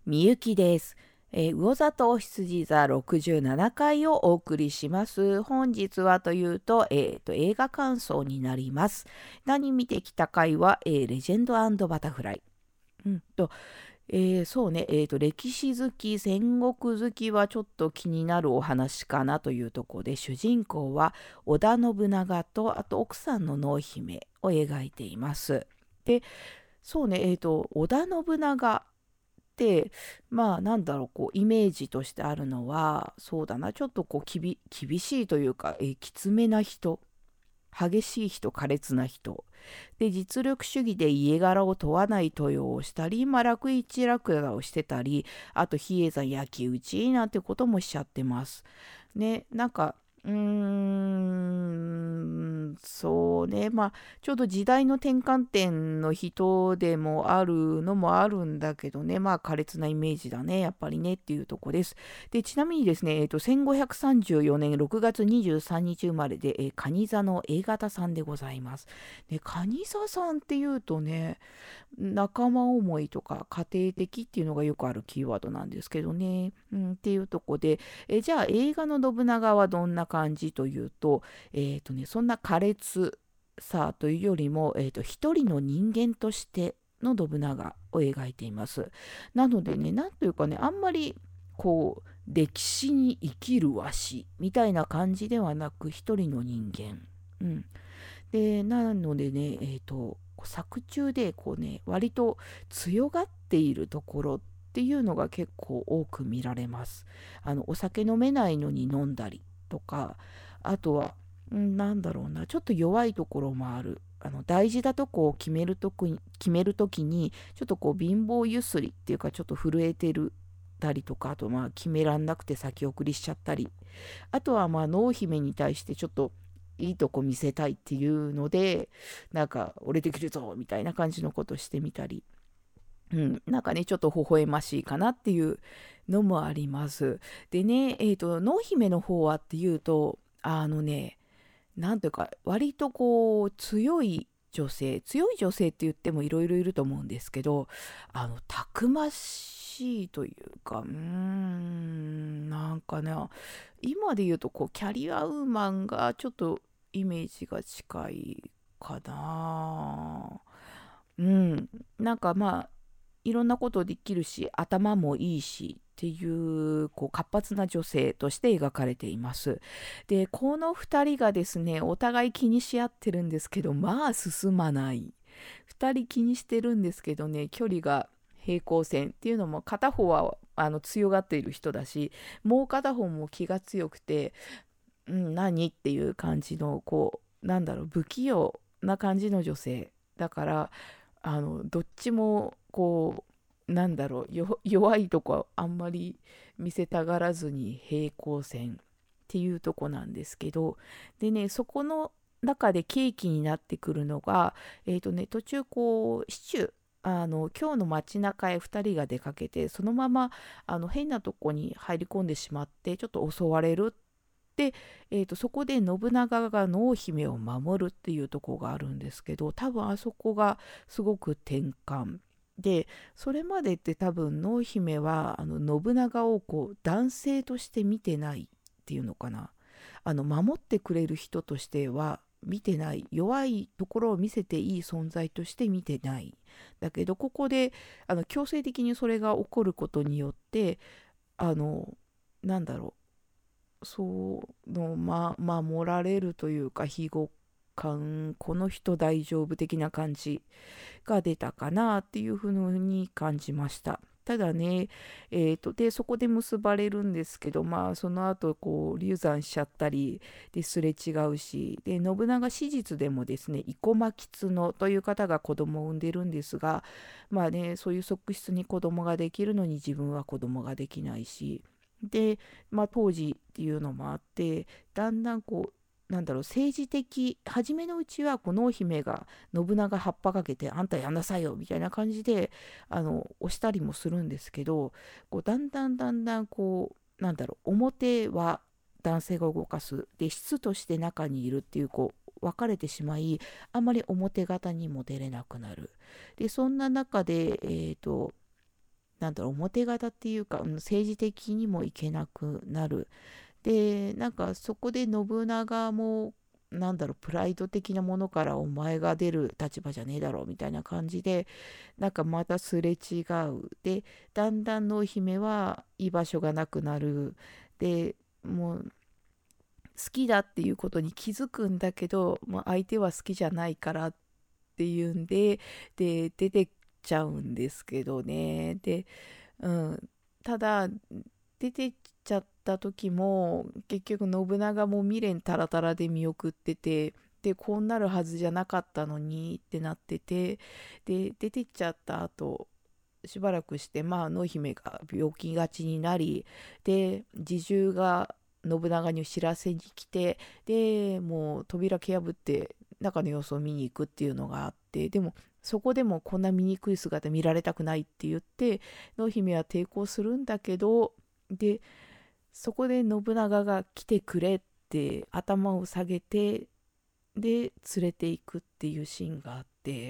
みゆきです。魚座と羊座67回をお送りします。本日はというと、映画感想になります。何見てきた回は、レジェンド&バタフライ。そうね、歴史好き、戦国好きはちょっと気になるお話かなというところで、主人公は織田信長と、あと奥さんの濃姫を描いています。で、そうね、織田信長ってなんだろう、こうイメージとしてあるのはそうだな、ちょっとこう厳しいというか、きつめな人、激しい人、苛烈な人で、実力主義で家柄を問わない登用をしたり、楽一楽座をしてたり、あと比叡山焼き討ちなんてこともしちゃってますね。なんかそうね。ちょうど時代の転換点の人でもあるのもあるんだけどね。苛烈なイメージだね。やっぱりねっていうとこです。で、ちなみにですね、1534年6月23日生まれで、蟹座の A 型さんでございます。で、蟹座さんっていうとね、仲間思いとか家庭的っていうのがよくあるキーワードなんですけどね。っていうとこで、じゃあ映画の信長はどんな感じというと、そんな苛烈さというよりも、一人の人間としての信長を描いています。なのでね、なんというかね、あんまりこう歴史に生きるわしみたいな感じではなく、一人の人間。で、なのでね、作中でこうね、割と強がっているところっていうのが結構多く見られます。お酒飲めないのに飲んだりとか、あとは、なんだろうな、ちょっと弱いところもある。大事なとこを決めるときに、ちょっとこう貧乏ゆすりっていうか、ちょっと震えてるたりとか、あと決めらんなくて先送りしちゃったり、あとは濃姫に対してちょっといいとこ見せたいっていうので、なんか俺できるぞみたいな感じのことしてみたり、なんかね、ちょっと微笑ましいかなっていうのもあります。でね、濃姫の方はっていうと、なんというか、割とこう、強い女性って言ってもいろいろいると思うんですけど、たくましいというか、なんかね、今で言うと、こう、キャリアウーマンがちょっとイメージが近いかな。なんかいろんなことできるし、頭もいいしっていう、こう活発な女性として描かれています。で、この2人がですね、お互い気にし合ってるんですけど、進まない。2人気にしてるんですけどね、距離が平行線っていうのも、片方は強がっている人だし、もう片方も気が強くて、何っていう感じの、こう、なんだろう、不器用な感じの女性。だから、どっちもこう、なんだろう、弱いとこはあんまり見せたがらずに平行線っていうとこなんですけど、でね、そこの中で契機になってくるのが、途中こうシチュー、今日の街中へ2人が出かけて、そのまま変なとこに入り込んでしまってちょっと襲われる。で、そこで信長が濃姫を守るっていうところがあるんですけど、多分あそこがすごく転換で、それまでって多分濃姫は信長をこう男性として見てないっていうのかな、守ってくれる人としては見てない、弱いところを見せていい存在として見てない。だけどここで強制的にそれが起こることによって、あのなんだろう、そうの、守られるというか、庇護感、この人大丈夫的な感じが出たかなっていうふうに感じました。ただね、で、そこで結ばれるんですけど、その後、こう、流産しちゃったり、ですれ違うし、で、信長史実でもですね、生駒狐という方が子供を産んでるんですが、そういう側室に子供ができるのに自分は子供ができないし、で、当時っていうのもあって、だんだんこう、なんだろう、政治的、初めのうちはこの濃姫が信長葉っぱかけて、あんたやんなさいよみたいな感じで押したりもするんですけど、こうだんだんこう、なんだろう、表は男性が動かす、で質として中にいるっていう、こう分かれてしまい、あんまり表方にも出れなくなる。でそんな中でなんだろう、表方っていうか、政治的にもいけなくなる。で、なんかそこで信長も、なんだろう、プライド的なものからお前が出る立場じゃねえだろうみたいな感じで、なんかまたすれ違う。で、だんだん濃姫は居場所がなくなる。で、もう好きだっていうことに気づくんだけど、もう相手は好きじゃないからっていうんで、出てっちゃうんですけどね。で、うん、ただ出てっちゃった時も結局信長も未練たらたらで見送ってて、でこうなるはずじゃなかったのにってなってて、で出てっちゃった後しばらくして、まあ濃姫が病気がちになり、で侍従が信長に知らせに来て、でもう扉蹴破って中の様子を見に行くっていうのがあって、でもそこでもこんな醜い姿見られたくないって言って濃姫は抵抗するんだけど、でそこで信長が来てくれって頭を下げて、で連れていくっていうシーンがあって、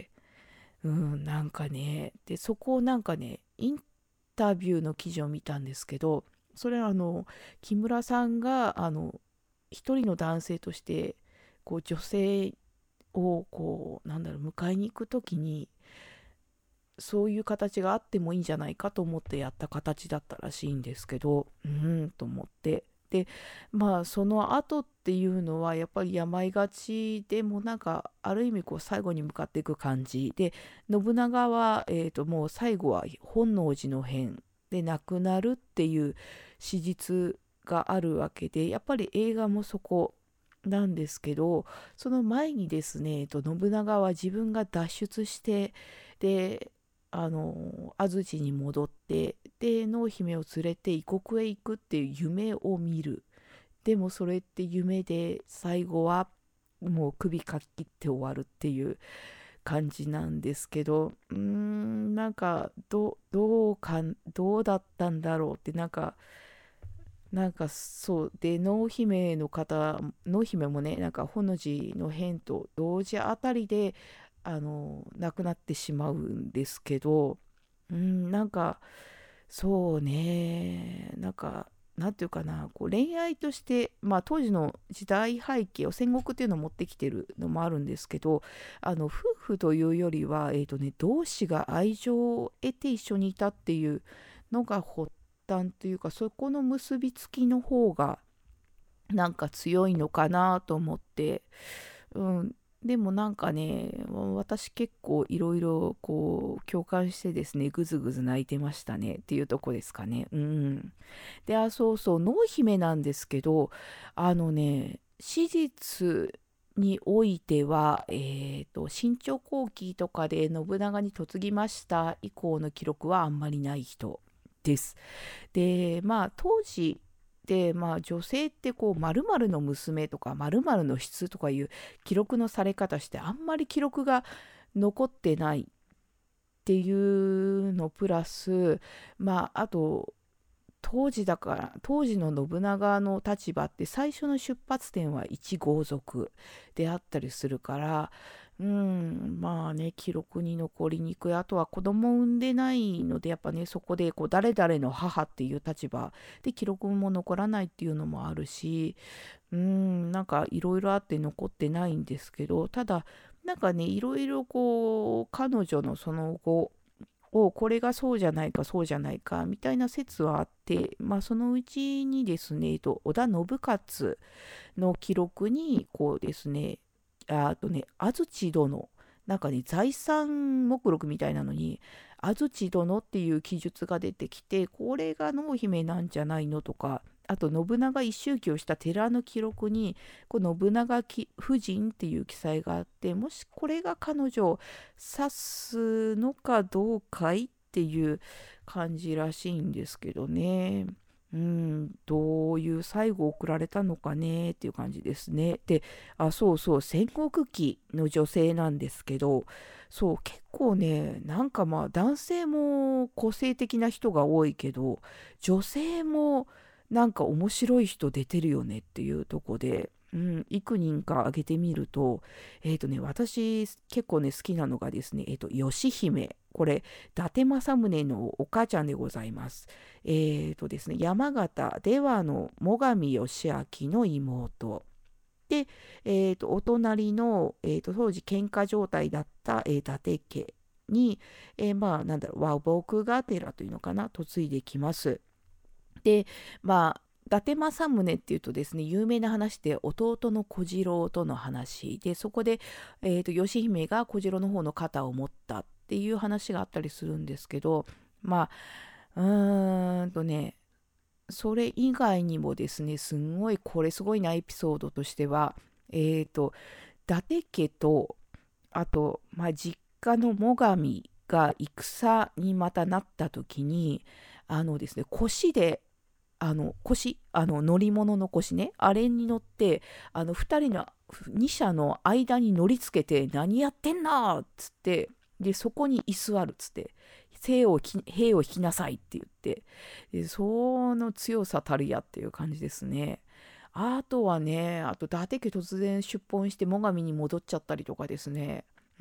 なんかね、でそこをなんかねインタビューの記事を見たんですけど、それは木村さんが一人の男性としてこう女性をこうなんだろう迎えに行く時にそういう形があってもいいんじゃないかと思ってやった形だったらしいんですけど、と思って。で、まあその後っていうのはやっぱり病がちでもなんかある意味こう最後に向かっていく感じで、信長は、もう最後は本能寺の変で亡くなるっていう史実があるわけで、やっぱり映画もそこなんですけど、その前にですね、信長は自分が脱出して、で安土に戻って、で濃姫を連れて異国へ行くっていう夢を見る。でもそれって夢で最後はもう首かっきって終わるっていう感じなんですけど、なんかどうだったんだろうって、なんかそうで、濃姫もね、なんか本能寺の変と同時あたりで亡くなってしまうんですけど、なんかそうね、なんかなんていうかな、こう恋愛として、まあ当時の時代背景を戦国っていうのを持ってきてるのもあるんですけど、夫婦というよりは同志が愛情を得て一緒にいたっていうのが発端というか、そこの結びつきの方がなんか強いのかなと思って。うん、でもなんかね、私結構いろいろこう共感してですね、ぐずぐず泣いてましたねっていうとこですかね。で、そうそう、濃姫なんですけど、史実においては、新朝後期とかで信長に嫁ぎました以降の記録はあんまりない人です。で、まあ当時で、まあ女性ってこう〇〇の娘とか〇〇の質とかいう記録のされ方して、あんまり記録が残ってないっていうのプラス、まああと当時の信長の立場って最初の出発点は一豪族であったりするから、まあね、記録に残りにくい。あとは子供を産んでないので、やっぱね、そこでこう誰々の母っていう立場で記録も残らないっていうのもあるし、なんかいろいろあって残ってないんですけど、ただ、なんかね、いろいろこう、彼女のその後、これがそうじゃないかそうじゃないかみたいな説はあって、まあそのうちにですね、織田信雄の記録にこうですね、安土殿、なんかね、財産目録みたいなのに、安土殿っていう記述が出てきて、これが濃姫なんじゃないのとか、あと信長一周忌をした寺の記録に、こう信長夫人っていう記載があって、もしこれが彼女を指すのかどうかいっていう感じらしいんですけどね。どういう最後送られたのかねっていう感じですね。で、そうそう、戦国期の女性なんですけど、そう、結構ね、なんかまあ男性も個性的な人が多いけど、女性もなんか面白い人出てるよねっていうとこで、 幾人か挙げてみると、私結構ね好きなのがですね、義姫。これ、伊達政宗のお母ちゃんでございます。ですね、山形出羽の最上義明の妹。で、お隣の、当時喧嘩状態だった、伊達家に、まあ、なんだろう、和睦がてらというのかな、嫁いできます。で、まあ、伊達政宗っていうとですね、有名な話で弟の小次郎との話で、そこで、義姫が小次郎の方の肩を持ったっていう話があったりするんですけど、まあ、それ以外にもですね、これすごいなエピソードとしては、伊達家と、あと、まあ、実家の最上が戦にまたなった時に、ですね、腰で、乗り物の腰ね、あれに乗って、2社の間に乗りつけて、何やってんなっつって、で、そこに居座るっつって、兵を引きなさいって言って、で、その強さたるやっていう感じですね。あとはね、あと伊達家突然出奔して最上に戻っちゃったりとかですね。うん。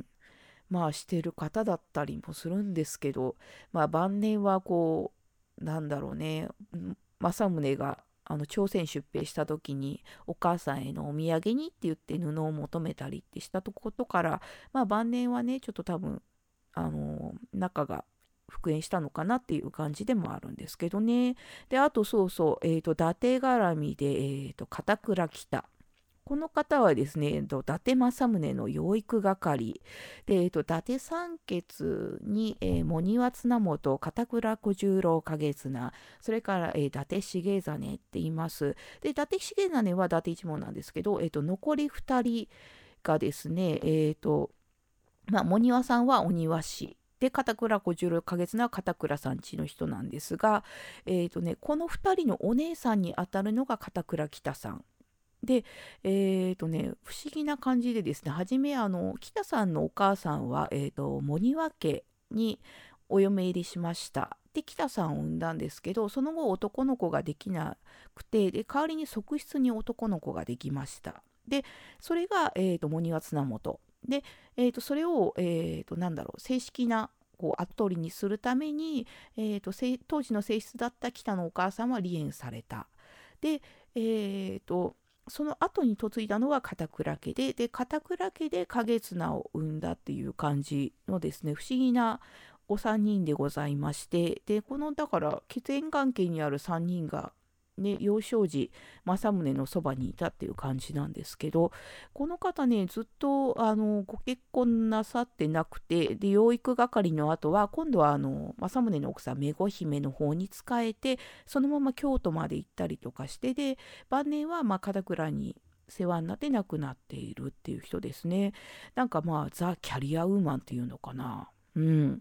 まあしてる方だったりもするんですけど、まあ晩年はこう、なんだろうね、政宗が朝鮮出兵した時にお母さんへのお土産にって言って布を求めたりってしたことから、まあ晩年はね、ちょっと多分、仲が復縁したのかなっていう感じでもあるんですけどね。で、あとそうそう、伊達絡みで、片倉北。この方はですね、伊達政宗の養育係で、伊達三傑に、茂庭綱本、片倉小十郎景綱、それから、伊達重実って言います。で、伊達重実は伊達一門なんですけど、残り2人がですね、茂庭さんはお庭師。で、片倉小十郎景綱は片倉さんちの人なんですが、この2人のお姉さんにあたるのが片倉北さん。で、不思議な感じでですね、初め、北さんのお母さんは、茂庭家にお嫁入りしました。で、北さんを産んだんですけど、その後男の子ができなくて、で、代わりに側室に男の子ができました。で、それが、茂庭綱元。で、それを、正式な、後取りにするために、当時の正室だった北のお母さんは離縁された。で、その後に嫁いだのが片倉家で、片倉家で景綱を産んだっていう感じのですね、不思議なお三人でございまして、で、だから血縁関係にある三人が、ね、幼少時、政宗のそばにいたっていう感じなんですけど、この方ね、ずっとご結婚なさってなくて、で、養育係の後は、今度は政宗の奥さん、めご姫の方に仕えて、そのまま京都まで行ったりとかして、で、晩年は片倉に世話になって亡くなっているっていう人ですね。なんかまあ、ザ・キャリアウーマンっていうのかな。うん。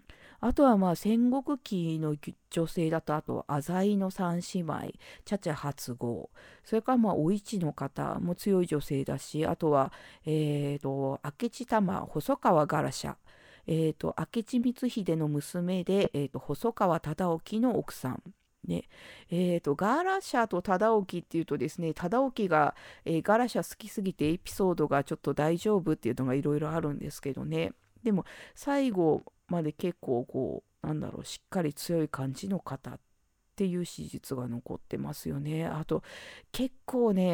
あとはまあ戦国期の女性だと、あと浅井の三姉妹、茶々初号、それからまあお市の方も強い女性だし、あとは明智玉細川ガラシャ、明智光秀の娘で、細川忠興の奥さん。ね、ガラシャと忠興っていうとですね、忠興が、ガラシャ好きすぎてエピソードがちょっと大丈夫っていうのがいろいろあるんですけどね。でも最後まで結構しっかり強い感じの方っていう史実が残ってますよね。あと結構ね、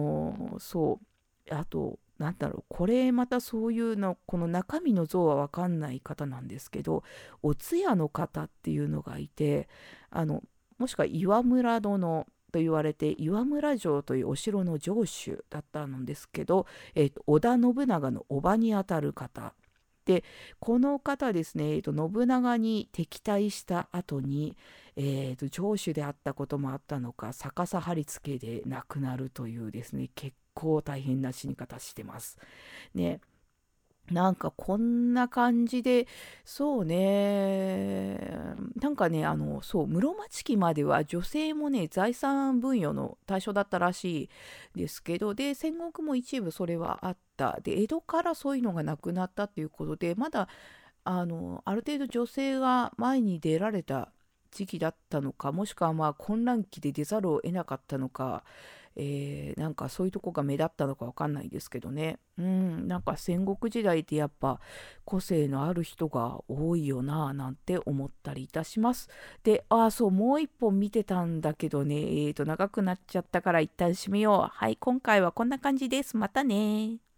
あとこれまたそういうの、この中身の像は分かんない方なんですけど、お通夜の方っていうのがいて、もしくは岩村殿と言われて、岩村城というお城の城主だったんですけど、織田信長の叔母にあたる方で、この方ですね、信長に敵対した後に、城主であったこともあったのか、逆さ貼り付けで亡くなるというですね、結構大変な死に方してます。ね、なんかこんな感じで、そうね、なんかね、室町期までは女性もね、財産分与の対象だったらしいですけど、で、戦国も一部それはあった。で、江戸からそういうのがなくなったっていうことで、まだ、ある程度女性が前に出られた時期だったのか、もしくはまあ混乱期で出ざるを得なかったのか、 なんかそういうとこが目立ったのかわかんないですけどね。なんか戦国時代ってやっぱ個性のある人が多いよなぁなんて思ったりいたします。で、そう、もう一本見てたんだけどね、長くなっちゃったから一旦閉めよう。はい、今回はこんな感じです。またね。